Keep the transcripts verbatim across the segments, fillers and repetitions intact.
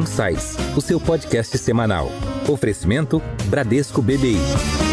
Insights, o seu podcast semanal. Oferecimento Bradesco B B I.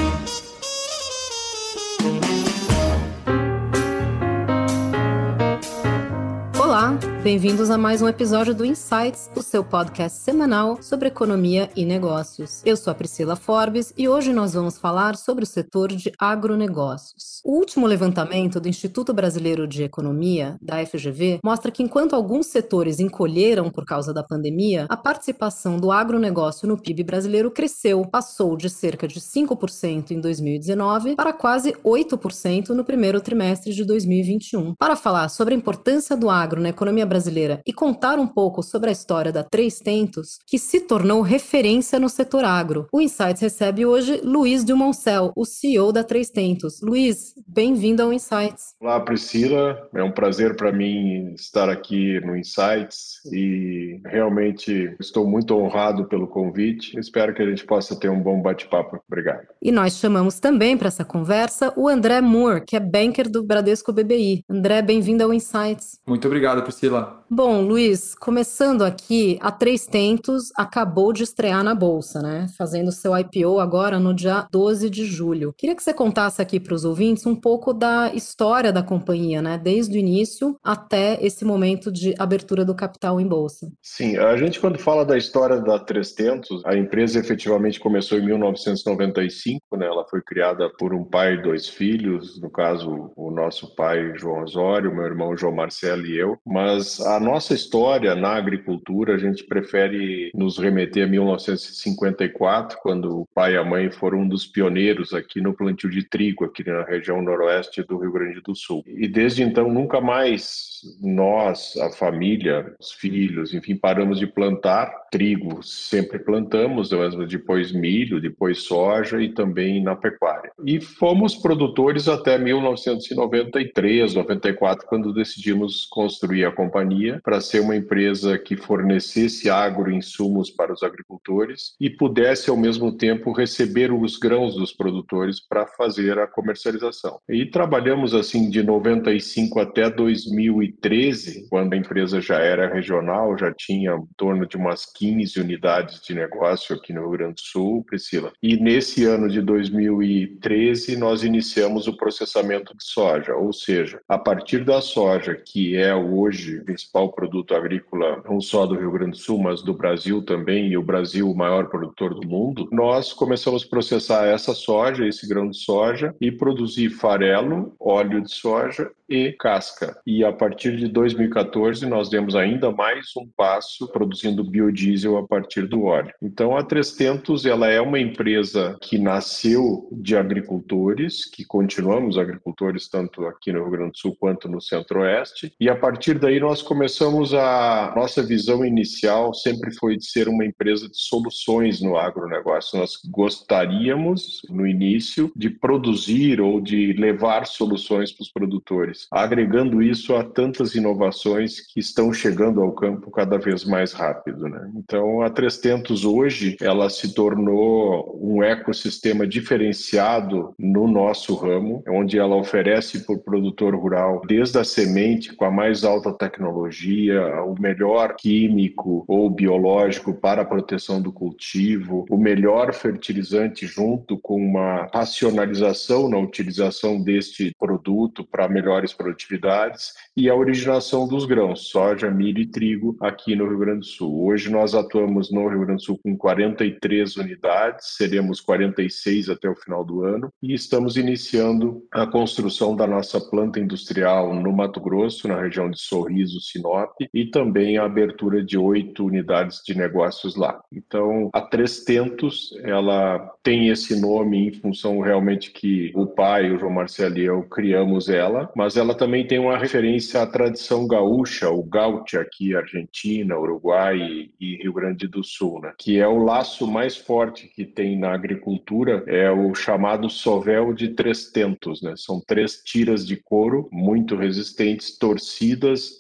Olá, bem-vindos a mais um episódio do Insights, o seu podcast semanal sobre economia e negócios. Eu sou a Priscila Forbes e hoje nós vamos falar sobre o setor de agronegócios. O último levantamento do Instituto Brasileiro de Economia, da F G V, mostra que enquanto alguns setores encolheram por causa da pandemia, a participação do agronegócio no P I B brasileiro cresceu, passou de cerca de cinco por cento em dois mil e dezenove para quase oito por cento no primeiro trimestre de dois mil e vinte e um. Para falar sobre a importância do agro na economia brasileira e contar um pouco sobre a história da Três Tentos, que se tornou referência no setor agro, o Insights recebe hoje Luiz Dumoncel, o C E O da Três Tentos. Luiz, bem-vindo ao Insights. Olá, Priscila. É um prazer para mim estar aqui no Insights e realmente estou muito honrado pelo convite. Espero que a gente possa ter um bom bate-papo. Obrigado. E nós chamamos também para essa conversa o André Moore, que é banker do Bradesco B B I. André, bem-vindo ao Insights. Muito obrigado, Priscila. Bom, Luiz, começando aqui, a Três Tentos acabou de estrear na Bolsa, né? Fazendo seu I P O agora no dia doze de julho. Queria que você contasse aqui para os ouvintes um pouco da história da companhia, né? Desde o início até esse momento de abertura do capital em Bolsa. Sim, a gente quando fala da história da Três Tentos, a empresa efetivamente começou em mil novecentos e noventa e cinco, né? Ela foi criada por um pai e dois filhos, no caso o nosso pai João Osório, meu irmão João Marcelo e eu, mas a A nossa história na agricultura, a gente prefere nos remeter a mil novecentos e cinquenta e quatro, quando o pai e a mãe foram um dos pioneiros aqui no plantio de trigo, aqui na região noroeste do Rio Grande do Sul. E desde então, nunca mais nós, a família, os filhos, enfim, paramos de plantar trigo. Sempre plantamos, depois milho, depois soja e também na pecuária. E fomos produtores até mil novecentos e noventa e três, noventa e quatro, quando decidimos construir a companhia para ser uma empresa que fornecesse agroinsumos para os agricultores e pudesse, ao mesmo tempo, receber os grãos dos produtores para fazer a comercialização. E trabalhamos assim de noventa e cinco até dois mil e treze, quando a empresa já era regional, já tinha em torno de umas quinze unidades de negócio aqui no Rio Grande do Sul, Priscila. E nesse ano de dois mil e treze, nós iniciamos o processamento de soja, ou seja, a partir da soja, que é hoje o principal produto agrícola, não só do Rio Grande do Sul, mas do Brasil também, e o Brasil o maior produtor do mundo, nós começamos a processar essa soja, esse grão de soja, e produzir farelo, óleo de soja e casca. E a partir de dois mil e quatorze, nós demos ainda mais um passo produzindo biodiesel a partir do óleo. Então, a Três Tentos, ela é uma empresa que nasceu de agricultores, que continuamos agricultores tanto aqui no Rio Grande do Sul quanto no Centro-Oeste, e a partir daí nós começamos a... Nossa visão inicial sempre foi de ser uma empresa de soluções no agronegócio. Nós gostaríamos, no início, de produzir ou de levar soluções para os produtores, agregando isso a tantas inovações que estão chegando ao campo cada vez mais rápido, né? Então, a Três Tentos hoje, ela se tornou um ecossistema diferenciado no nosso ramo, onde ela oferece para o produtor rural, desde a semente com a mais alta tecnologia, o melhor químico ou biológico para a proteção do cultivo, o melhor fertilizante junto com uma racionalização na utilização deste produto para melhores produtividades e a originação dos grãos, soja, milho e trigo aqui no Rio Grande do Sul. Hoje nós atuamos no Rio Grande do Sul com quarenta e três unidades, seremos quarenta e seis até o final do ano e estamos iniciando a construção da nossa planta industrial no Mato Grosso, na região de Sorriso, Sinop, e também a abertura de oito unidades de negócios lá. Então, a Três Tentos, ela tem esse nome em função realmente que o pai, o João Marcelo e eu criamos ela, mas ela também tem uma referência à tradição gaúcha, o gaúcho aqui, Argentina, Uruguai e Rio Grande do Sul, né? Que é o laço mais forte que tem na agricultura, é o chamado sovel de Três Tentos, né? São três tiras de couro muito resistentes, torcidas e unidas.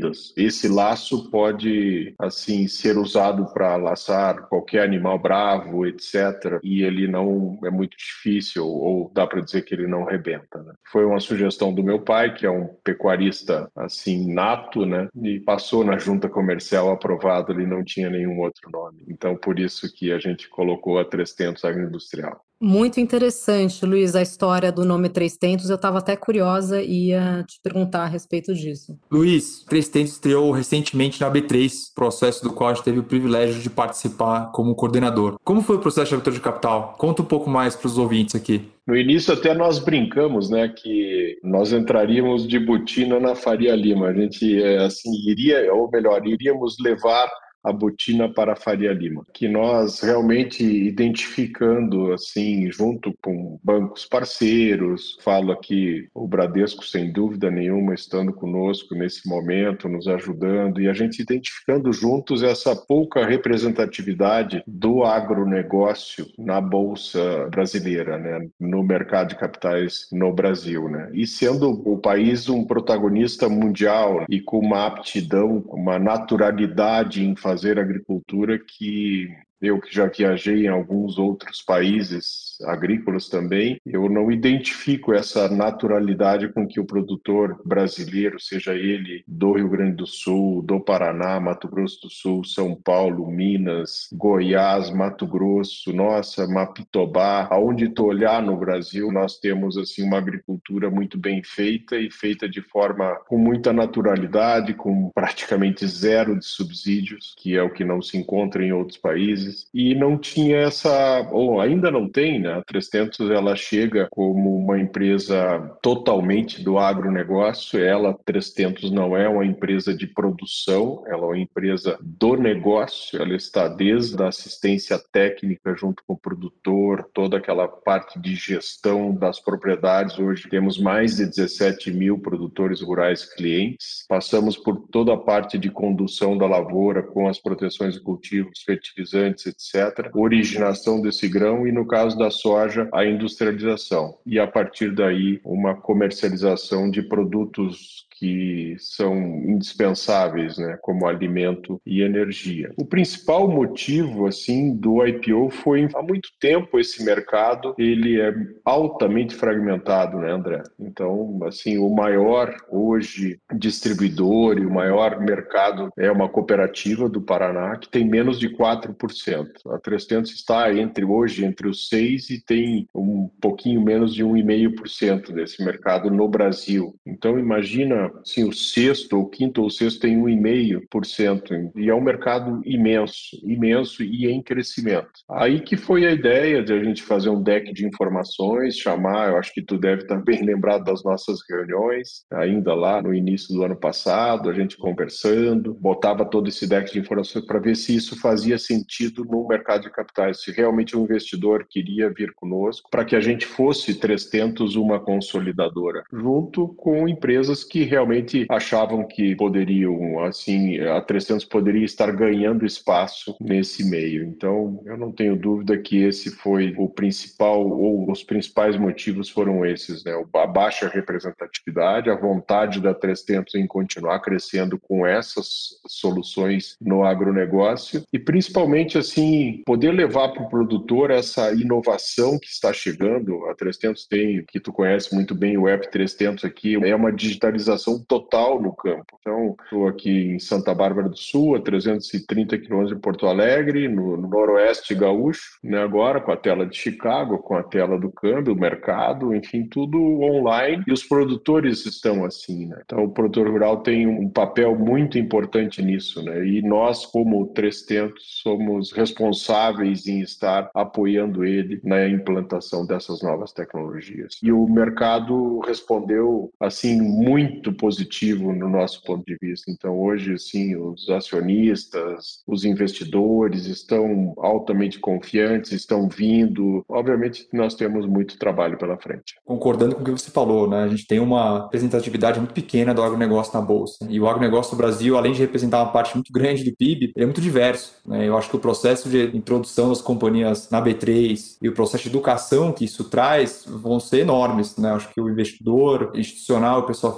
vidas. Esse laço pode, assim, ser usado para laçar qualquer animal bravo, etcétera. E ele não é muito difícil, ou dá para dizer que ele não rebenta, né? Foi uma sugestão do meu pai, que é um pecuarista, assim, nato, né? E passou na junta comercial aprovado, ele não tinha nenhum outro nome. Então, por isso que a gente colocou a trezentos Agroindustrial. Muito interessante, Luiz, a história do nome trezentos. Eu estava até curiosa e ia te perguntar a respeito disso. Luiz, trezentos estreou recentemente na B três, processo do qual a gente teve o privilégio de participar como coordenador. Como foi o processo de abertura de capital? Conta um pouco mais para os ouvintes aqui. No início até nós brincamos, né, que nós entraríamos de botina na Faria Lima. A gente, assim, iria, ou melhor, iríamos levar a botina para a Faria Lima, que nós realmente identificando, assim, junto com bancos parceiros, falo aqui o Bradesco, sem dúvida nenhuma, estando conosco nesse momento, nos ajudando, e a gente identificando juntos essa pouca representatividade do agronegócio na Bolsa brasileira, né, no mercado de capitais no Brasil, né, e sendo o país um protagonista mundial e com uma aptidão, uma naturalidade em fazer fazer agricultura que eu que já viajei em alguns outros países agrícolas também, eu não identifico essa naturalidade com que o produtor brasileiro, seja ele do Rio Grande do Sul, do Paraná, Mato Grosso do Sul, São Paulo, Minas, Goiás, Mato Grosso, nossa, Mapitobá, aonde tu olhar no Brasil, nós temos assim uma agricultura muito bem feita e feita de forma com muita naturalidade, com praticamente zero de subsídios, que é o que não se encontra em outros países. E não tinha essa, ou ainda não tem, né? A trezentos ela chega como uma empresa totalmente do agronegócio. Ela, trezentos, não é uma empresa de produção, ela é uma empresa do negócio. Ela está desde a assistência técnica junto com o produtor, toda aquela parte de gestão das propriedades. Hoje temos mais de dezessete mil produtores rurais clientes. Passamos por toda a parte de condução da lavoura com as proteções de cultivos, fertilizantes, etcétera, originação desse grão e, no caso da soja, a industrialização. E, a partir daí, uma comercialização de produtos que são indispensáveis, né, como alimento e energia. O principal motivo, assim, do I P O foi, há muito tempo, esse mercado, ele é altamente fragmentado, né, André? Então, assim, o maior, hoje, distribuidor e o maior mercado é uma cooperativa do Paraná, que tem menos de quatro por cento. A trezentos está entre, hoje, entre os seis e tem um pouquinho menos de um vírgula cinco por cento desse mercado no Brasil. Então, imagina, assim, o sexto, ou quinto ou sexto tem um vírgula cinco por cento e é um mercado imenso, imenso e em crescimento. Aí que foi a ideia de a gente fazer um deck de informações, chamar, eu acho que tu deve estar bem lembrado das nossas reuniões, ainda lá no início do ano passado, a gente conversando, botava todo esse deck de informações para ver se isso fazia sentido no mercado de capitais, se realmente um investidor queria vir conosco, para que a gente fosse trezentos uma consolidadora, junto com empresas que realmente achavam que poderiam, assim, a trezentos poderia estar ganhando espaço nesse meio. Então, eu não tenho dúvida que esse foi o principal, ou os principais motivos foram esses, né? A baixa representatividade, a vontade da trezentos em continuar crescendo com essas soluções no agronegócio e, principalmente, assim, poder levar para o produtor essa inovação que está chegando. A trezentos tem, que tu conhece muito bem, o App trezentos aqui, é uma digitalização total no campo. Então, estou aqui em Santa Bárbara do Sul, a trezentos e trinta quilômetros de Porto Alegre, no, no noroeste gaúcho, né, agora com a tela de Chicago, com a tela do câmbio, o mercado, enfim, tudo online, e os produtores estão assim, né? Então, o produtor rural tem um papel muito importante nisso, né? E nós, como trezentos, somos responsáveis em estar apoiando ele na implantação dessas novas tecnologias. E o mercado respondeu, assim, muito positivo no nosso ponto de vista. Então, hoje, assim, os acionistas, os investidores estão altamente confiantes, estão vindo. Obviamente, nós temos muito trabalho pela frente. Concordando com o que você falou, né? A gente tem uma representatividade muito pequena do agronegócio na Bolsa. E o agronegócio do Brasil, além de representar uma parte muito grande do P I B, ele é muito diverso, né? Eu acho que o processo de introdução das companhias na B três e o processo de educação que isso traz vão ser enormes, né? Eu acho que o investidor institucional e pessoa física cada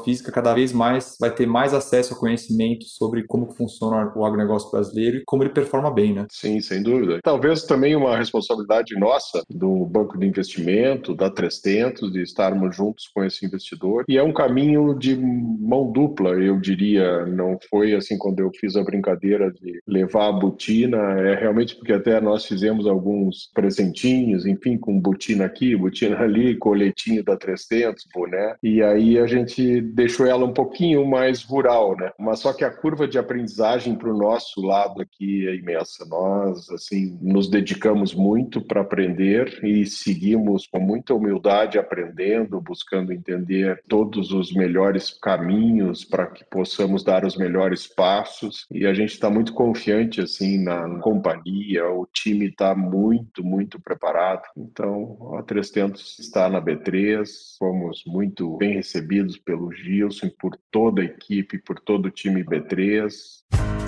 cada vez mais vai ter mais acesso ao conhecimento sobre como funciona o agronegócio brasileiro e como ele performa bem, né? Sim, sem dúvida. Talvez também uma responsabilidade nossa do Banco de Investimento, da trezentos, de estarmos juntos com esse investidor. E é um caminho de mão dupla, eu diria. Não foi assim quando eu fiz a brincadeira de levar a botina, é realmente porque até nós fizemos alguns presentinhos, enfim, com botina aqui, botina ali, coletinho da trezentos, boné. E aí a gente deixou ela um pouquinho mais rural, né? Mas só que a curva de aprendizagem para o nosso lado aqui é imensa. Nós, assim, nos dedicamos muito para aprender e seguimos com muita humildade aprendendo, buscando entender todos os melhores caminhos para que possamos dar os melhores passos. E a gente está muito confiante, assim, na companhia. O time está muito, muito preparado. Então, a trezentos está na B três. Fomos muito bem recebidos pelo Gilson, por toda a equipe, por todo o time B três.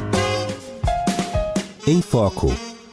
Em Foco.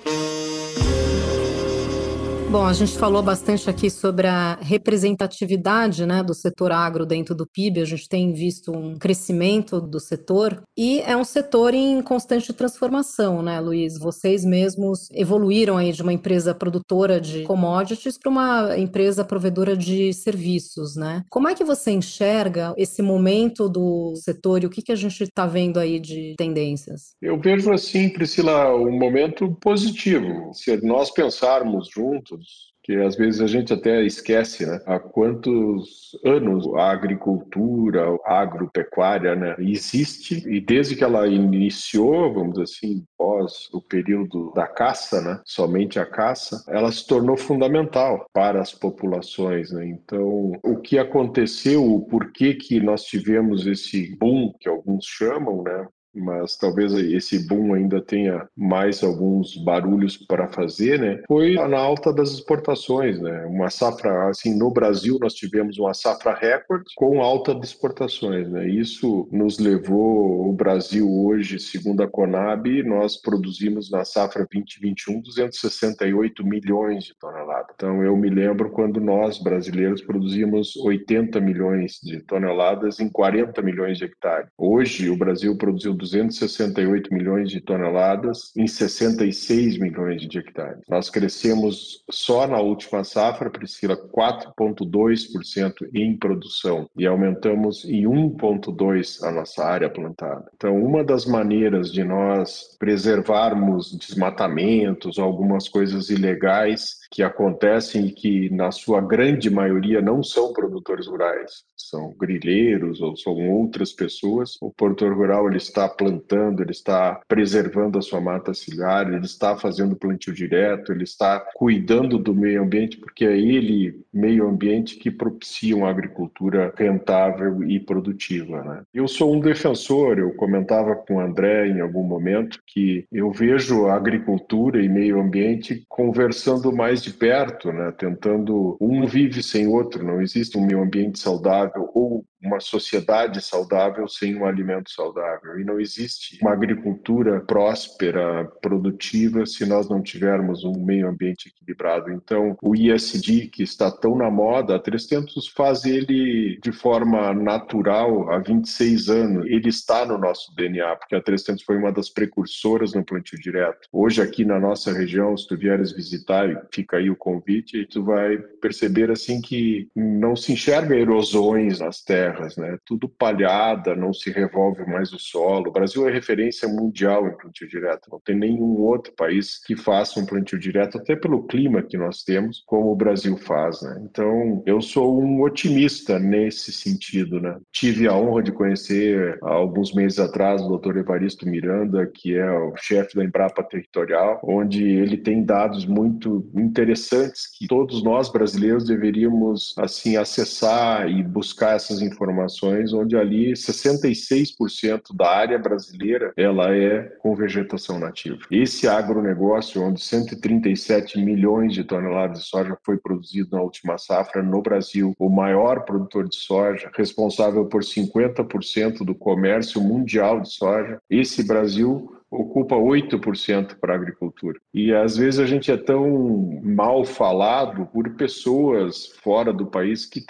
Bom, a gente falou bastante aqui sobre a representatividade, né, do setor agro dentro do P I B. A gente tem visto um crescimento do setor e é um setor em constante transformação, né, Luiz? Vocês mesmos evoluíram aí de uma empresa produtora de commodities para uma empresa provedora de serviços, né? Como é que você enxerga esse momento do setor e o que, que a gente está vendo aí de tendências? Eu vejo assim, Priscila, um momento positivo. Se nós pensarmos juntos, que às vezes a gente até esquece, né? Há quantos anos a agricultura, a agropecuária, né, existe, e desde que ela iniciou, vamos dizer assim, pós o período da caça, né, somente a caça, ela se tornou fundamental para as populações, né? Então, o que aconteceu, o porquê que nós tivemos esse boom, que alguns chamam, né? Mas talvez esse boom ainda tenha mais alguns barulhos para fazer, né? Foi na alta das exportações, né? Uma safra, assim, no Brasil nós tivemos uma safra recorde com alta de exportações, né? Isso nos levou, o Brasil hoje, segundo a Conab, nós produzimos na safra vinte e vinte e um duzentos e sessenta e oito milhões de toneladas. Então eu me lembro quando nós, brasileiros, produzimos oitenta milhões de toneladas em quarenta milhões de hectares. Hoje o Brasil produziu duzentos e sessenta e oito milhões de toneladas em sessenta e seis milhões de hectares. Nós crescemos só na última safra, Priscila, quatro vírgula dois por cento em produção e aumentamos em um vírgula dois por cento a nossa área plantada. Então, uma das maneiras de nós preservarmos desmatamentos, algumas coisas ilegais que acontecem e que, na sua grande maioria, não são produtores rurais, são grileiros ou são outras pessoas. O produtor rural ele está plantando, ele está preservando a sua mata ciliar, ele está fazendo plantio direto, ele está cuidando do meio ambiente, porque é ele, meio ambiente, que propicia uma agricultura rentável e produtiva, né? Eu sou um defensor, eu comentava com o André em algum momento, que eu vejo a agricultura e meio ambiente conversando mais de perto, né? Tentando, um vive sem outro, não existe um meio ambiente saudável ou uma sociedade saudável sem um alimento saudável. E não existe uma agricultura próspera, produtiva, se nós não tivermos um meio ambiente equilibrado. Então, o E S G, que está tão na moda, a trezentos faz ele de forma natural há vinte e seis anos. Ele está no nosso D N A, porque a trezentos foi uma das precursoras no plantio direto. Hoje, aqui na nossa região, se tu vieres visitar, fica aí o convite, e tu vai perceber assim que não se enxerga erosões nas terras, né? Tudo palhada, não se revolve mais o solo. O Brasil é referência mundial em plantio direto. Não tem nenhum outro país que faça um plantio direto, até pelo clima que nós temos, como o Brasil faz, né? Então, eu sou um otimista nesse sentido, né? Tive a honra de conhecer, há alguns meses atrás, o doutor Evaristo Miranda, que é o chefe da Embrapa Territorial, onde ele tem dados muito interessantes que todos nós brasileiros deveríamos, assim, acessar e buscar essas informações informações, onde ali sessenta e seis por cento da área brasileira ela é com vegetação nativa. Esse agronegócio, onde cento e trinta e sete milhões de toneladas de soja foi produzido na última safra no Brasil, o maior produtor de soja, responsável por cinquenta por cento do comércio mundial de soja, esse Brasil ocupa oito por cento para a agricultura. E às vezes a gente é tão mal falado por pessoas fora do país que têm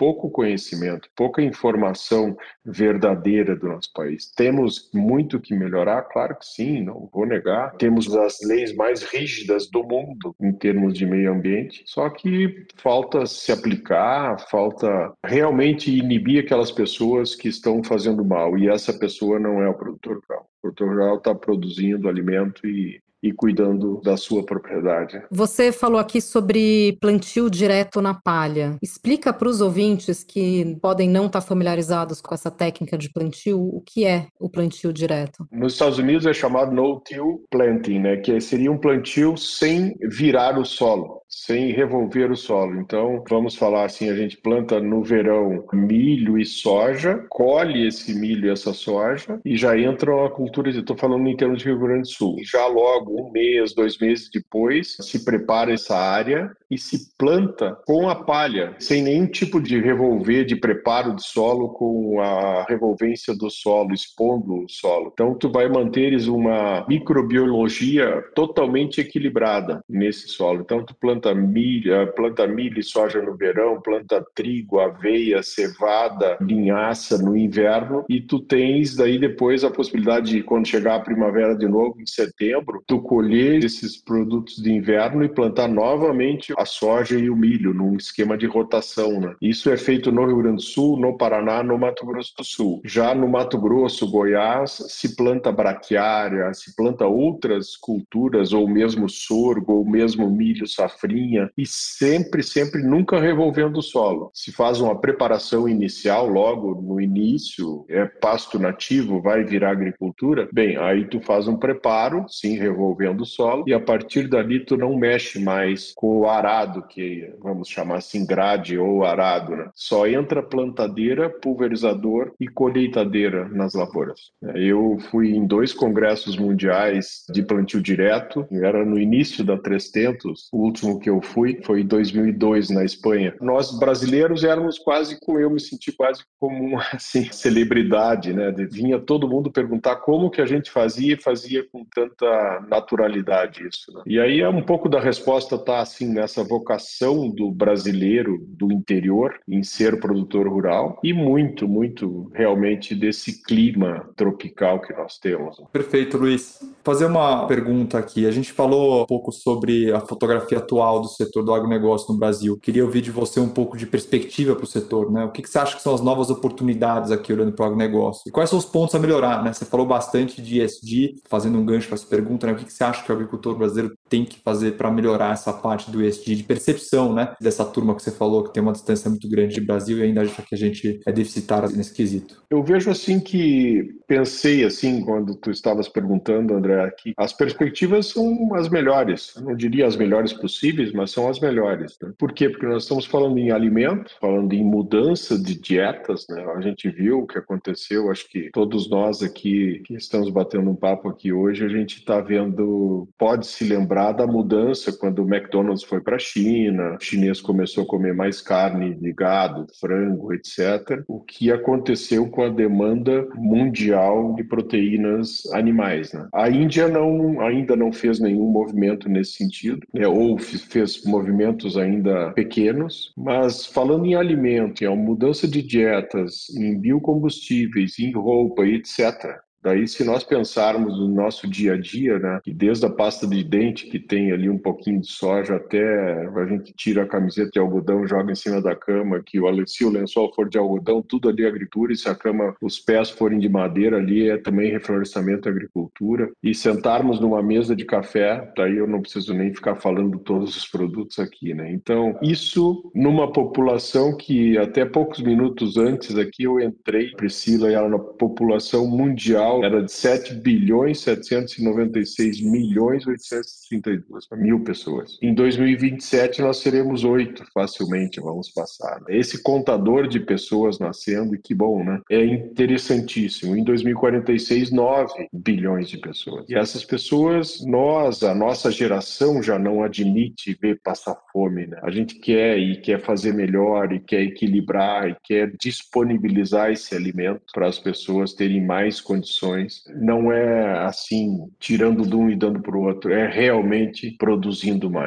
pouco conhecimento, pouca informação verdadeira do nosso país. Temos muito que melhorar, claro que sim, não vou negar. Temos as leis mais rígidas do mundo em termos de meio ambiente, só que falta se aplicar, falta realmente inibir aquelas pessoas que estão fazendo mal, e essa pessoa não é o produtor rural. O produtor rural está produzindo alimento e e cuidando da sua propriedade. Você falou aqui sobre plantio direto na palha. Explica para os ouvintes que podem não estar familiarizados com essa técnica de plantio, o que é o plantio direto. Nos Estados Unidos é chamado no-till planting, né? Que seria um plantio sem virar o solo, sem revolver o solo. Então, vamos falar assim, a gente planta no verão milho e soja, colhe esse milho e essa soja e já entra a cultura, estou falando em termos de Rio Grande do Sul. Já logo um mês, dois meses depois, se prepara essa área e se planta com a palha, sem nenhum tipo de revolver, de preparo de solo, com a revolvência do solo, expondo o solo. Então, tu vai manteres uma microbiologia totalmente equilibrada nesse solo. Então, tu planta milho, planta milho e soja no verão, planta trigo, aveia, cevada, linhaça no inverno, e tu tens daí depois a possibilidade de, quando chegar a primavera de novo, em setembro, tu colher esses produtos de inverno e plantar novamente a soja e o milho num esquema de rotação, né? Isso é feito no Rio Grande do Sul, no Paraná, no Mato Grosso do Sul. Já no Mato Grosso, Goiás, se planta braquiária, se planta outras culturas, ou mesmo sorgo, ou mesmo milho safrinha, e sempre, sempre, nunca revolvendo o solo. Se faz uma preparação inicial, logo no início, é pasto nativo, vai virar agricultura, bem, aí tu faz um preparo, sim, revolvendo o solo, e a partir dali tu não mexe mais com o arado, que vamos chamar assim grade ou arado, né? Só entra plantadeira, pulverizador e colheitadeira nas lavouras. Eu fui em dois congressos mundiais de plantio direto, era no início da trezentos, o último que eu fui foi em dois mil e dois na Espanha. Nós brasileiros éramos quase, como eu me senti quase como uma assim, celebridade, né? Vinha todo mundo perguntar como que a gente fazia e fazia com tanta naturalidade isso, né? E aí é um pouco da resposta tá assim nessa vocação do brasileiro do interior em ser produtor rural e muito, muito realmente desse clima tropical que nós temos. Perfeito, Luiz. Fazer uma pergunta aqui. A gente falou um pouco sobre a fotografia atual do setor do agronegócio no Brasil. Queria ouvir de você um pouco de perspectiva para o setor, né? O que você acha que são as novas oportunidades aqui olhando para o agronegócio? E quais são os pontos a melhorar, né? Você falou bastante de E S G, fazendo um gancho para essa pergunta, né? O que você acha que o agricultor brasileiro tem que fazer para melhorar essa parte do E S G, de percepção, né? Dessa turma que você falou, que tem uma distância muito grande de Brasil e ainda acha que a gente é deficitário nesse quesito. Eu vejo assim que, pensei assim, quando tu estavas perguntando, André, que as perspectivas são as melhores. Eu não diria as melhores possíveis, mas são as melhores, né? Por quê? Porque nós estamos falando em alimento, falando em mudança de dietas, né? A gente viu o que aconteceu, acho que todos nós aqui que estamos batendo um papo aqui hoje, a gente está vendo, pode se lembrar da mudança quando o McDonald's foi para a China, o chinês começou a comer mais carne de gado, frango, etcétera. O que aconteceu com a demanda mundial de proteínas animais, né? A Índia não, ainda não fez nenhum movimento nesse sentido, né? Ou fez movimentos ainda pequenos, mas falando em alimento, em mudança de dietas, em biocombustíveis, em roupa, etcétera. Daí, se nós pensarmos no nosso dia a dia, né, que desde a pasta de dente, que tem ali um pouquinho de soja, até a gente tira a camiseta de algodão, joga em cima da cama, que o, se o lençol for de algodão, tudo ali é agricultura, e se a cama, os pés forem de madeira, ali é também reflorestamento e agricultura. E sentarmos numa mesa de café, daí eu não preciso nem ficar falando todos os produtos aqui, né? Então, isso numa população que até poucos minutos antes aqui eu entrei, Priscila, e era na população mundial era de sete bilhões setecentos e noventa e seis milhões oitocentos e trinta e dois mil pessoas. Em dois mil e vinte e sete nós seremos oito, facilmente vamos passar. Esse contador de pessoas nascendo, e que bom, né? É interessantíssimo. Em dois mil e quarenta e seis, nove bilhões de pessoas. E essas pessoas, nós, a nossa geração já não admite ver passar fome, né? A gente quer e quer fazer melhor, e quer equilibrar, e quer disponibilizar esse alimento para as pessoas terem mais condições. Não é assim, tirando de um e dando para o outro, é realmente produzindo mais.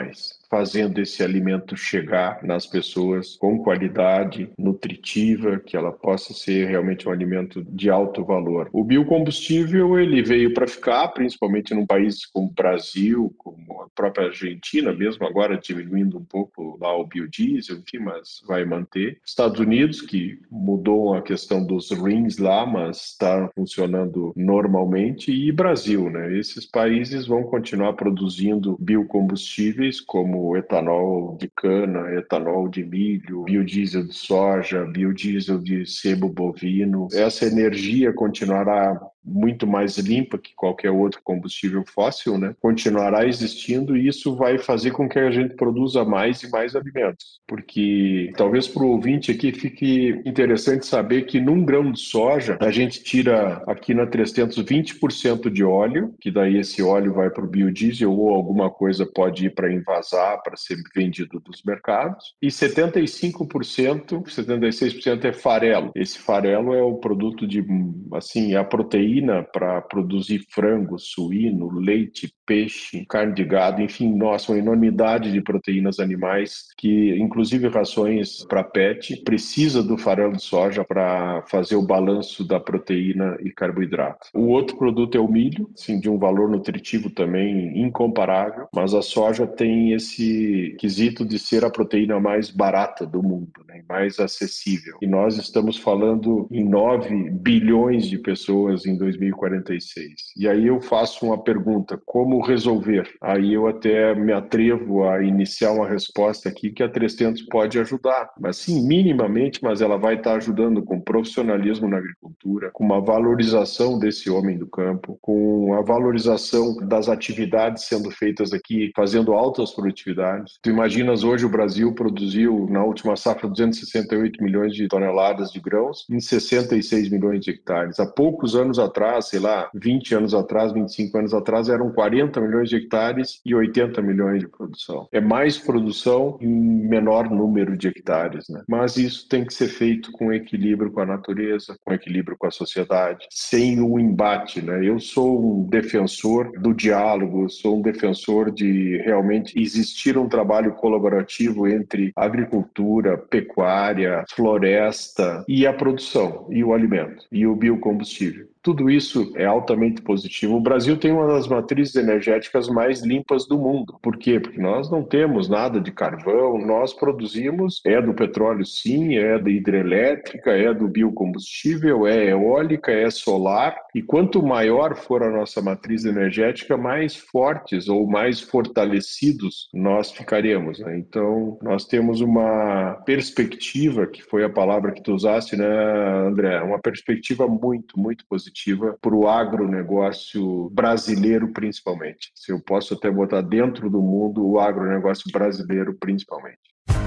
fazendo esse alimento chegar nas pessoas com qualidade nutritiva, que ela possa ser realmente um alimento de alto valor. O biocombustível, ele veio para ficar, principalmente num país como o Brasil, como a própria Argentina, mesmo agora diminuindo um pouco lá o biodiesel, enfim, mas vai manter. Estados Unidos, que mudou a questão dos rins lá, mas está funcionando normalmente, e Brasil, né? Esses países vão continuar produzindo biocombustíveis como etanol de cana, etanol de milho, biodiesel de soja, biodiesel de sebo bovino. Essa energia continuará muito mais limpa que qualquer outro combustível fóssil, né? Continuará existindo e isso vai fazer com que a gente produza mais e mais alimentos. Porque talvez para o ouvinte aqui fique interessante saber que num grão de soja a gente tira aqui na trezentos vinte por cento de óleo, que daí esse óleo vai para o biodiesel ou alguma coisa pode ir para envasar, para ser vendido dos mercados, e setenta e cinco por cento, setenta e seis por cento é farelo. Esse farelo é o produto de, assim, a proteína para produzir frango, suíno, leite, peixe, carne de gado, enfim, nossa, uma enormidade de proteínas animais que, inclusive rações para pet, precisa do farelo de soja para fazer o balanço da proteína e carboidrato. O outro produto é o milho, sim, de um valor nutritivo também incomparável, mas a soja tem esse quesito de ser a proteína mais barata do mundo, né, mais acessível. E nós estamos falando em nove bilhões de pessoas em dois mil e quarenta e seis. E aí eu faço uma pergunta, como resolver? Aí eu até me atrevo a iniciar uma resposta aqui que a trezentos pode ajudar, mas sim, minimamente, mas ela vai estar ajudando com profissionalismo na agricultura, com uma valorização desse homem do campo, com a valorização das atividades sendo feitas aqui, fazendo altas produtividades. Tu imaginas hoje o Brasil produziu na última safra duzentos e sessenta e oito milhões de toneladas de grãos em sessenta e seis milhões de hectares. Há poucos anos atrás, sei lá, vinte anos atrás, vinte e cinco anos atrás, eram quarenta milhões de hectares e oitenta milhões de produção. É mais produção em menor número de hectares, né? Mas isso tem que ser feito com equilíbrio com a natureza, com equilíbrio com a sociedade, sem o embate, né? Eu sou um defensor do diálogo, sou um defensor de realmente existir um trabalho colaborativo entre agricultura, pecuária, floresta e a produção, e o alimento, e o biocombustível. Tudo isso é altamente positivo. O Brasil tem uma das matrizes energéticas mais limpas do mundo. Por quê? Porque nós não temos nada de carvão, nós produzimos, é do petróleo sim, é da hidrelétrica, é do biocombustível, é eólica, é solar. E quanto maior for a nossa matriz energética, mais fortes ou mais fortalecidos nós ficaremos, né? Então, nós temos uma perspectiva, que foi a palavra que tu usaste, né, André? Uma perspectiva muito, muito positiva para o agronegócio brasileiro, principalmente. Se eu posso até botar dentro do mundo o agronegócio brasileiro, principalmente.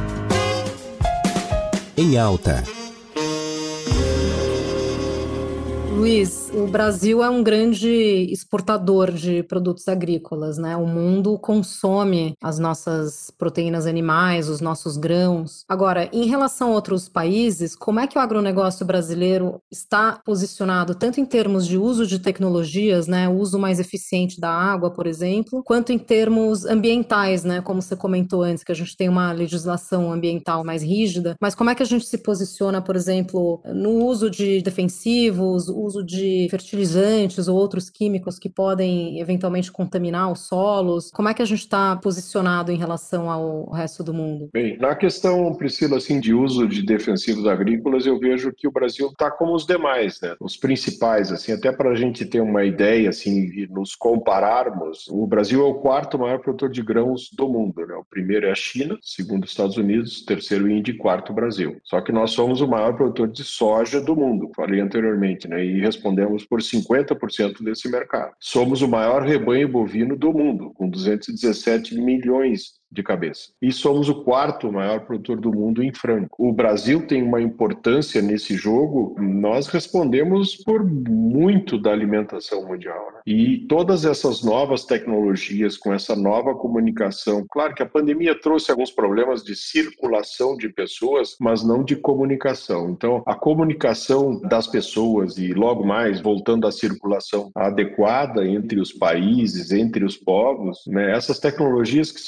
Em alta. Luiz, o Brasil é um grande exportador de produtos agrícolas, né? O mundo consome as nossas proteínas animais, os nossos grãos. Agora, em relação a outros países, como é que o agronegócio brasileiro está posicionado, tanto em termos de uso de tecnologias, né? O uso mais eficiente da água, por exemplo, quanto em termos ambientais, né? Como você comentou antes, que a gente tem uma legislação ambiental mais rígida, mas como é que a gente se posiciona, por exemplo, no uso de defensivos, uso de fertilizantes ou outros químicos que podem eventualmente contaminar os solos? Como é que a gente está posicionado em relação ao resto do mundo? Bem, na questão, Priscila, assim, de uso de defensivos agrícolas, eu vejo que o Brasil está como os demais, né? Os principais, assim, até para a gente ter uma ideia, assim, e nos compararmos, o Brasil é o quarto maior produtor de grãos do mundo, né? O primeiro é a China, segundo os Estados Unidos, terceiro Índia e quarto Brasil. Só que nós somos o maior produtor de soja do mundo, falei anteriormente, né? E respondemos por cinquenta por cento desse mercado. Somos o maior rebanho bovino do mundo, com duzentos e dezessete milhões de cabeça. E somos o quarto maior produtor do mundo em frango. O Brasil tem uma importância nesse jogo, nós respondemos por muito da alimentação mundial, né? E todas essas novas tecnologias, com essa nova comunicação, claro que a pandemia trouxe alguns problemas de circulação de pessoas, mas não de comunicação. Então, a comunicação das pessoas e logo mais, voltando à circulação adequada entre os países, entre os povos, né? Essas tecnologias que são lançadas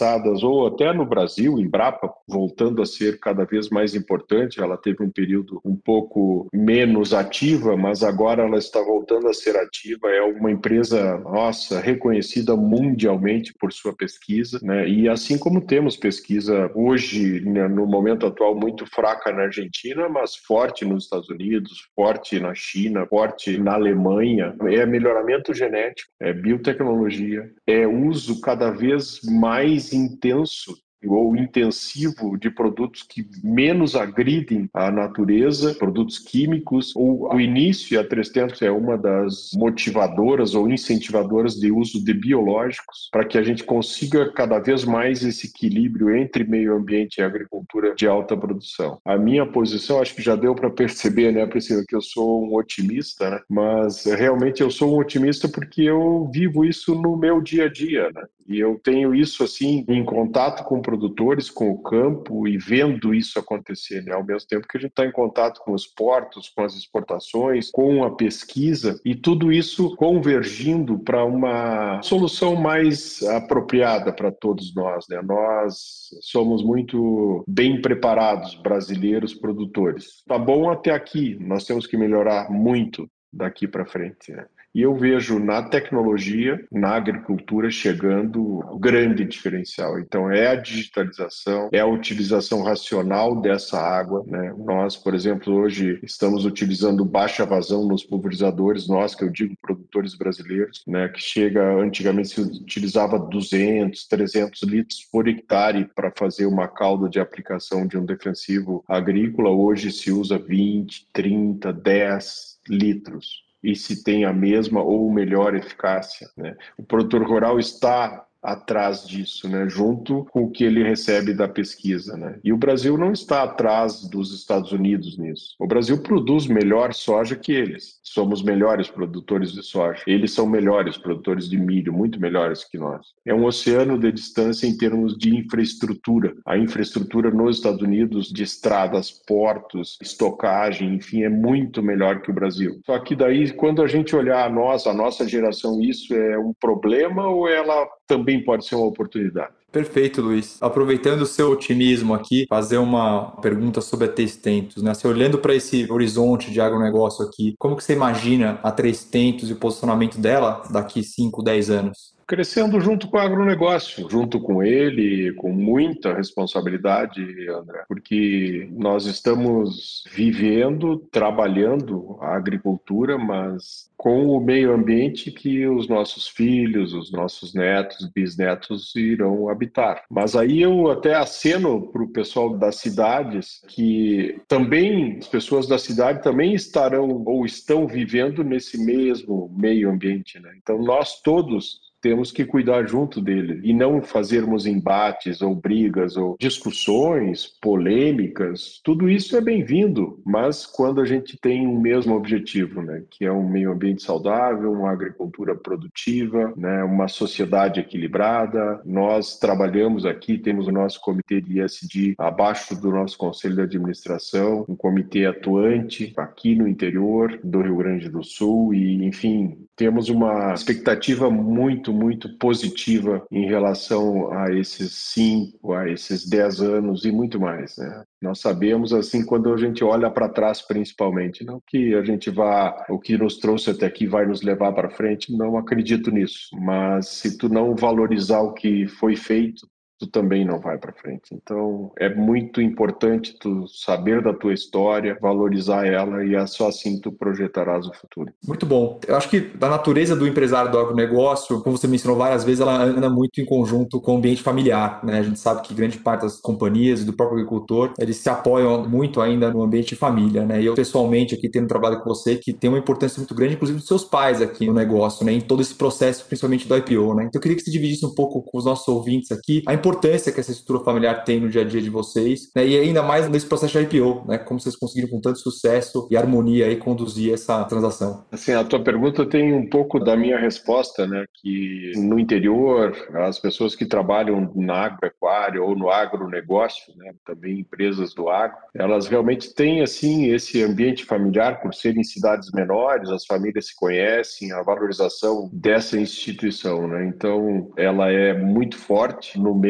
passadas, ou até no Brasil, Embrapa, voltando a ser cada vez mais importante, ela teve um período um pouco menos ativa, mas agora ela está voltando a ser ativa, é uma empresa, nossa, reconhecida mundialmente por sua pesquisa, né? E assim como temos pesquisa hoje, né, no momento atual, muito fraca na Argentina, mas forte nos Estados Unidos, forte na China, forte na Alemanha, é melhoramento genético, é biotecnologia, é uso cada vez mais intenso ou intensivo de produtos que menos agridem a natureza, produtos químicos. O, o início, a três tentos é uma das motivadoras ou incentivadoras de uso de biológicos para que a gente consiga cada vez mais esse equilíbrio entre meio ambiente e agricultura de alta produção. A minha posição, acho que já deu para perceber, né, Priscila, que eu sou um otimista, né? Mas realmente eu sou um otimista porque eu vivo isso no meu dia a dia, né? E eu tenho isso assim em contato com produtores, com o campo e vendo isso acontecer, né? Ao mesmo tempo que a gente está em contato com os portos, com as exportações, com a pesquisa e tudo isso convergindo para uma solução mais apropriada para todos nós, né? Nós somos muito bem preparados, brasileiros produtores. Tá bom até aqui, nós temos que melhorar muito daqui para frente, né? E eu vejo na tecnologia, na agricultura, chegando um grande diferencial. Então, é a digitalização, é a utilização racional dessa água, né? Nós, por exemplo, hoje estamos utilizando baixa vazão nos pulverizadores, nós, que eu digo produtores brasileiros, né? Que chega, antigamente se utilizava duzentos, trezentos litros por hectare para fazer uma calda de aplicação de um defensivo agrícola. Hoje se usa vinte, trinta, dez litros. E se tem a mesma ou melhor eficácia, né? O produtor rural está atrás disso, né? Junto com o que ele recebe da pesquisa, né? E o Brasil não está atrás dos Estados Unidos nisso. O Brasil produz melhor soja que eles. Somos melhores produtores de soja. Eles são melhores produtores de milho, muito melhores que nós. É um oceano de distância em termos de infraestrutura. A infraestrutura nos Estados Unidos de estradas, portos, estocagem, enfim, é muito melhor que o Brasil. Só que daí, quando a gente olhar a nossa, a nossa geração, isso é um problema ou ela também pode ser uma oportunidade? Perfeito, Luiz. Aproveitando o seu otimismo aqui, fazer uma pergunta sobre a três tentos, né? Você olhando para esse horizonte de agronegócio aqui, como que você imagina a três tentos e o posicionamento dela daqui cinco, dez anos? Crescendo junto com o agronegócio, junto com ele, com muita responsabilidade, André, porque nós estamos vivendo, trabalhando a agricultura, mas com o meio ambiente que os nossos filhos, os nossos netos, bisnetos irão habitar. Mas aí eu até aceno para o pessoal das cidades que também, as pessoas da cidade também estarão ou estão vivendo nesse mesmo meio ambiente, né? Então nós todos temos que cuidar junto dele e não fazermos embates ou brigas ou discussões, polêmicas. Tudo isso é bem-vindo, mas quando a gente tem um mesmo objetivo, né, que é um meio ambiente saudável, uma agricultura produtiva, né, uma sociedade equilibrada. Nós trabalhamos aqui, temos o nosso comitê de E S G abaixo do nosso conselho de administração, um comitê atuante aqui no interior do Rio Grande do Sul e, enfim, temos uma expectativa muito, muito positiva em relação a esses cinco, a esses dez anos e muito mais, né? Nós sabemos, assim, quando a gente olha para trás, principalmente, não que a gente vá, o que nos trouxe até aqui vai nos levar para frente, não acredito nisso. Mas se tu não valorizar o que foi feito, tu também não vai para frente. Então, é muito importante tu saber da tua história, valorizar ela e é só assim tu projetarás o futuro. Muito bom. Eu acho que da natureza do empresário do agronegócio, como você mencionou várias vezes, ela anda muito em conjunto com o ambiente familiar, né? A gente sabe que grande parte das companhias e do próprio agricultor, eles se apoiam muito ainda no ambiente de família, né? E eu, pessoalmente, aqui tendo trabalho com você, que tem uma importância muito grande, inclusive dos seus pais aqui no negócio, né? Em todo esse processo, principalmente do I P O, né? Então, eu queria que você dividisse um pouco com os nossos ouvintes aqui a importância que essa estrutura familiar tem no dia a dia de vocês, né? E ainda mais nesse processo de I P O, né? Como vocês conseguiram com tanto sucesso e harmonia aí conduzir essa transação. Assim, a tua pergunta tem um pouco da minha resposta, né? Que no interior, as pessoas que trabalham na agropecuária ou no agronegócio, né? Também empresas do agro, elas realmente têm, assim, esse ambiente familiar por serem cidades menores, as famílias se conhecem, a valorização dessa instituição, né? Então, ela é muito forte no meio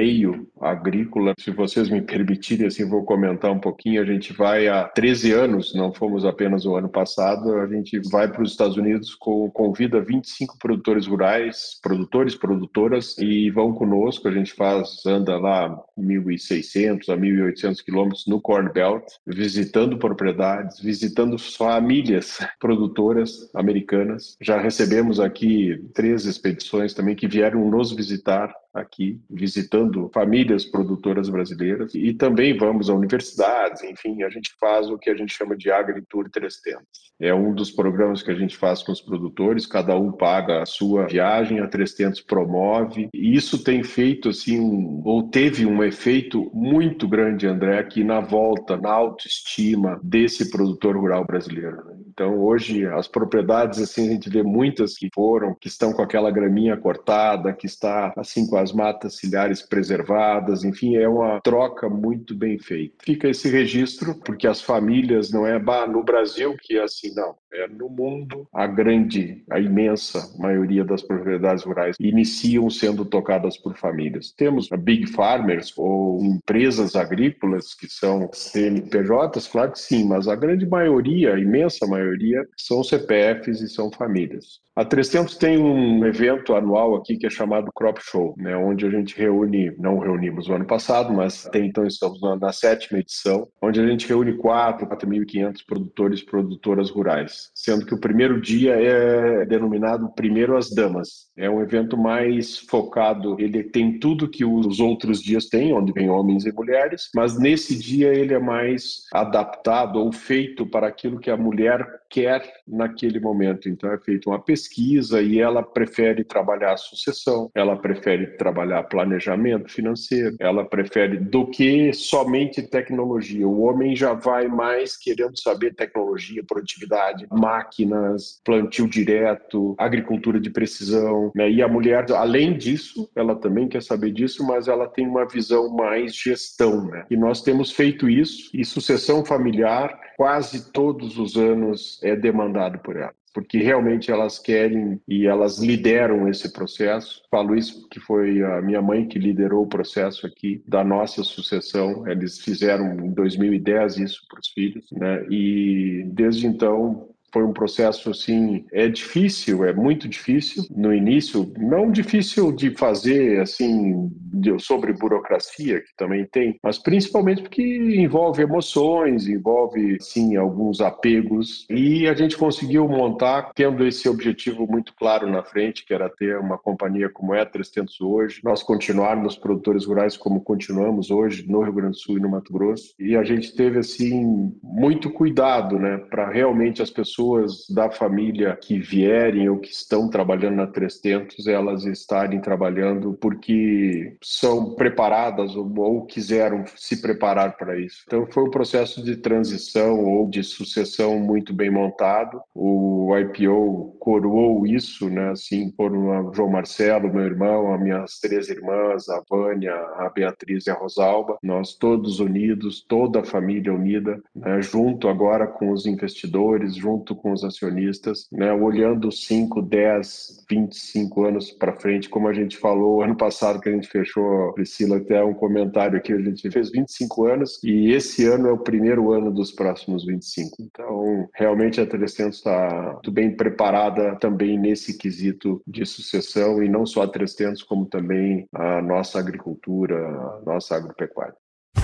meio agrícola. Se vocês me permitirem, assim, vou comentar um pouquinho. A gente vai há treze anos, não fomos apenas o ano passado, a gente vai para os Estados Unidos, com, convida vinte e cinco produtores rurais, produtores, produtoras, e vão conosco. A gente faz, anda lá mil e seiscentos a mil e oitocentos quilômetros no Corn Belt, visitando propriedades, visitando famílias produtoras americanas. Já recebemos aqui três expedições também que vieram nos visitar aqui, visitando famílias produtoras brasileiras, e também vamos a universidades. Enfim, a gente faz o que a gente chama de AgriTour trezentos. É um dos programas que a gente faz com os produtores, cada um paga a sua viagem, a trezentos promove, e isso tem feito, assim, um, ou teve um efeito muito grande, André, aqui na volta, na autoestima desse produtor rural brasileiro, né? Então, hoje, as propriedades, assim, a gente vê muitas que foram, que estão com aquela graminha cortada, que está, assim, com as matas ciliares preservadas, enfim, é uma troca muito bem feita. Fica esse registro, porque as famílias, não é bah, no Brasil que é assim, não, é no mundo, a grande, a imensa maioria das propriedades rurais iniciam sendo tocadas por famílias. Temos big farmers ou empresas agrícolas que são C N P Js, claro que sim, mas a grande maioria, a imensa maioria, são C P Fs e são famílias. A trezentos tem um evento anual aqui que é chamado Crop Show, né, onde a gente reúne, não reunimos o ano passado, mas até então estamos na, na sétima edição, onde a gente reúne quatro, quatro mil e quinhentos produtores e produtoras rurais, sendo que o primeiro dia é denominado Primeiro as Damas. É um evento mais focado, ele tem tudo que os outros dias têm, onde vem homens e mulheres, mas nesse dia ele é mais adaptado ou feito para aquilo que a mulher quer naquele momento. Então é feita uma pesquisa e ela prefere trabalhar a sucessão, ela prefere trabalhar planejamento financeiro, ela prefere do que somente tecnologia. O homem já vai mais querendo saber tecnologia, produtividade, máquinas, plantio direto, agricultura de precisão, né? E a mulher, além disso, ela também quer saber disso, mas ela tem uma visão mais gestão, né? E nós temos feito isso, e sucessão familiar quase todos os anos é demandado por ela, porque realmente elas querem e elas lideram esse processo. Falo isso porque foi a minha mãe que liderou o processo aqui da nossa sucessão. Eles fizeram em dois mil e dez isso para os filhos, né? E desde então foi um processo, assim, é difícil, é muito difícil no início, não difícil de fazer, assim, de, sobre burocracia, que também tem, mas principalmente porque envolve emoções, envolve, sim, alguns apegos, e a gente conseguiu montar, tendo esse objetivo muito claro na frente, que era ter uma companhia como é a trezentos hoje, nós continuarmos produtores rurais como continuamos hoje no Rio Grande do Sul e no Mato Grosso, e a gente teve, assim, muito cuidado, né, para realmente as pessoas da família que vierem ou que estão trabalhando na trezentos, elas estarem trabalhando porque são preparadas ou, ou quiseram se preparar para isso. Então foi um processo de transição ou de sucessão muito bem montado. O I P O coroou isso, né, assim, por uma, João Marcelo, meu irmão, as minhas três irmãs, a Vânia, a Beatriz e a Rosalba, nós todos unidos, toda a família unida, né, junto agora com os investidores, junto com os acionistas, né, olhando cinco, dez, vinte e cinco anos para frente, como a gente falou ano passado que a gente fechou, Priscila, até um comentário aqui, a gente fez vinte e cinco anos e esse ano é o primeiro ano dos próximos vinte e cinco. Então, realmente a trezentos está muito bem preparada também nesse quesito de sucessão, e não só a trezentos, como também a nossa agricultura, a nossa agropecuária.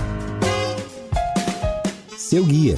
Seu guia.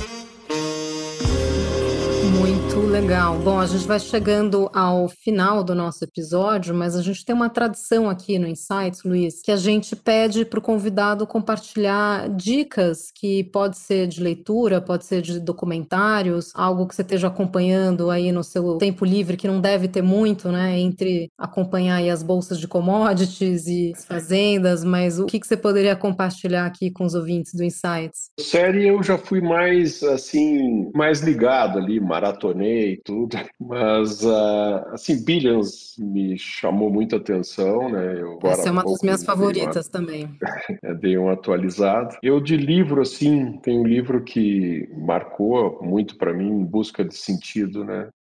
Muito legal. Bom, a gente vai chegando ao final do nosso episódio, mas a gente tem uma tradição aqui no Insights, Luiz, que a gente pede para o convidado compartilhar dicas que pode ser de leitura, pode ser de documentários, algo que você esteja acompanhando aí no seu tempo livre, que não deve ter muito, né, entre acompanhar aí as bolsas de commodities e as fazendas, mas o que, que você poderia compartilhar aqui com os ouvintes do Insights? Série eu já fui mais, assim, mais ligado ali, maratonei e tudo, mas, uh, assim, Billions me chamou muita atenção, né? Eu agora Essa é uma há das pouco minhas dei favoritas uma, também. dei um atualizado. Eu de livro, assim, tem um livro que marcou muito para mim, Em Busca de Sentido, né?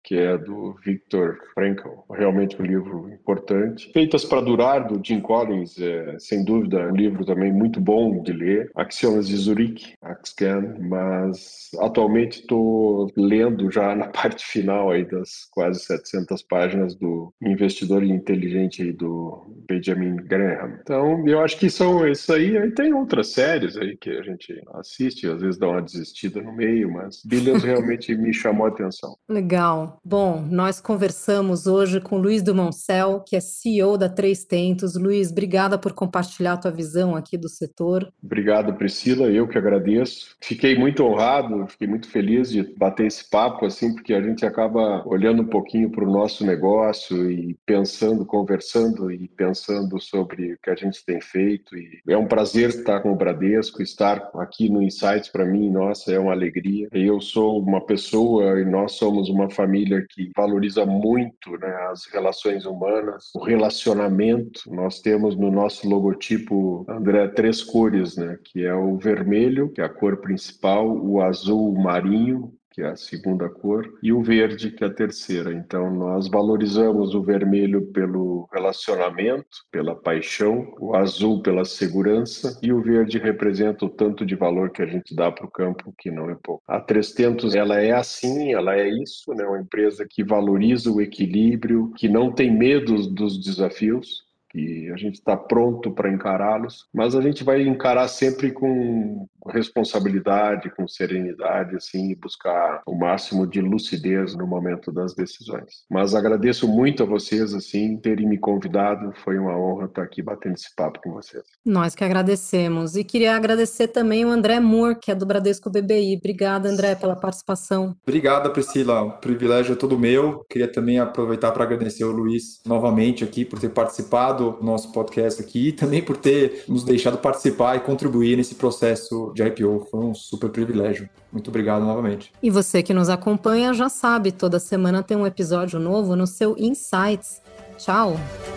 que é do Viktor Frankl, realmente um livro importante. Feitas para Durar, do Jim Collins, é sem dúvida um livro também muito bom de ler. Axiomas de Zurique, Axcan, mas atualmente estou lendo já na parte final aí das quase setecentas páginas do Investidor Inteligente aí do Benjamin Graham. Então, eu acho que são isso aí. Aí tem outras séries aí que a gente assiste, às vezes dá uma desistida no meio, mas Billions realmente me chamou a atenção. Legal. Bom, nós conversamos hoje com Luiz Dumoncel, que é C E O da Três Tentos. Luiz, obrigada por compartilhar a tua visão aqui do setor. Obrigado, Priscila. Eu que agradeço. Fiquei muito honrado, fiquei muito feliz de bater esse papo, assim, porque a gente acaba olhando um pouquinho para o nosso negócio e pensando, conversando e pensando sobre o que a gente tem feito. E é um prazer estar com o Bradesco, estar aqui no Insights para mim, nossa, é uma alegria. Eu sou uma pessoa e nós somos uma família que valoriza muito, né, as relações humanas, o relacionamento. Nós temos no nosso logotipo, André, três cores, né, que é o vermelho, que é a cor principal, o azul marinho, que é a segunda cor, e o verde, que é a terceira. Então, nós valorizamos o vermelho pelo relacionamento, pela paixão, o azul pela segurança, e o verde representa o tanto de valor que a gente dá para o campo, que não é pouco. A Três Tentos, ela é assim, ela é isso, né? Uma empresa que valoriza o equilíbrio, que não tem medo dos desafios, e a gente está pronto para encará-los, mas a gente vai encarar sempre com responsabilidade, com serenidade, assim, e buscar o máximo de lucidez no momento das decisões. Mas agradeço muito a vocês, assim, terem me convidado, foi uma honra estar aqui batendo esse papo com vocês. Nós que agradecemos. E queria agradecer também o André Moore, que é do Bradesco B B I. Obrigada, André, pela participação. Obrigada, Priscila. O privilégio é todo meu. Queria também aproveitar para agradecer o Luiz novamente aqui por ter participado do nosso podcast aqui e também por ter nos deixado participar e contribuir nesse processo de I P O. Foi um super privilégio. Muito obrigado novamente. E você que nos acompanha já sabe, toda semana tem um episódio novo no seu Insights. Tchau!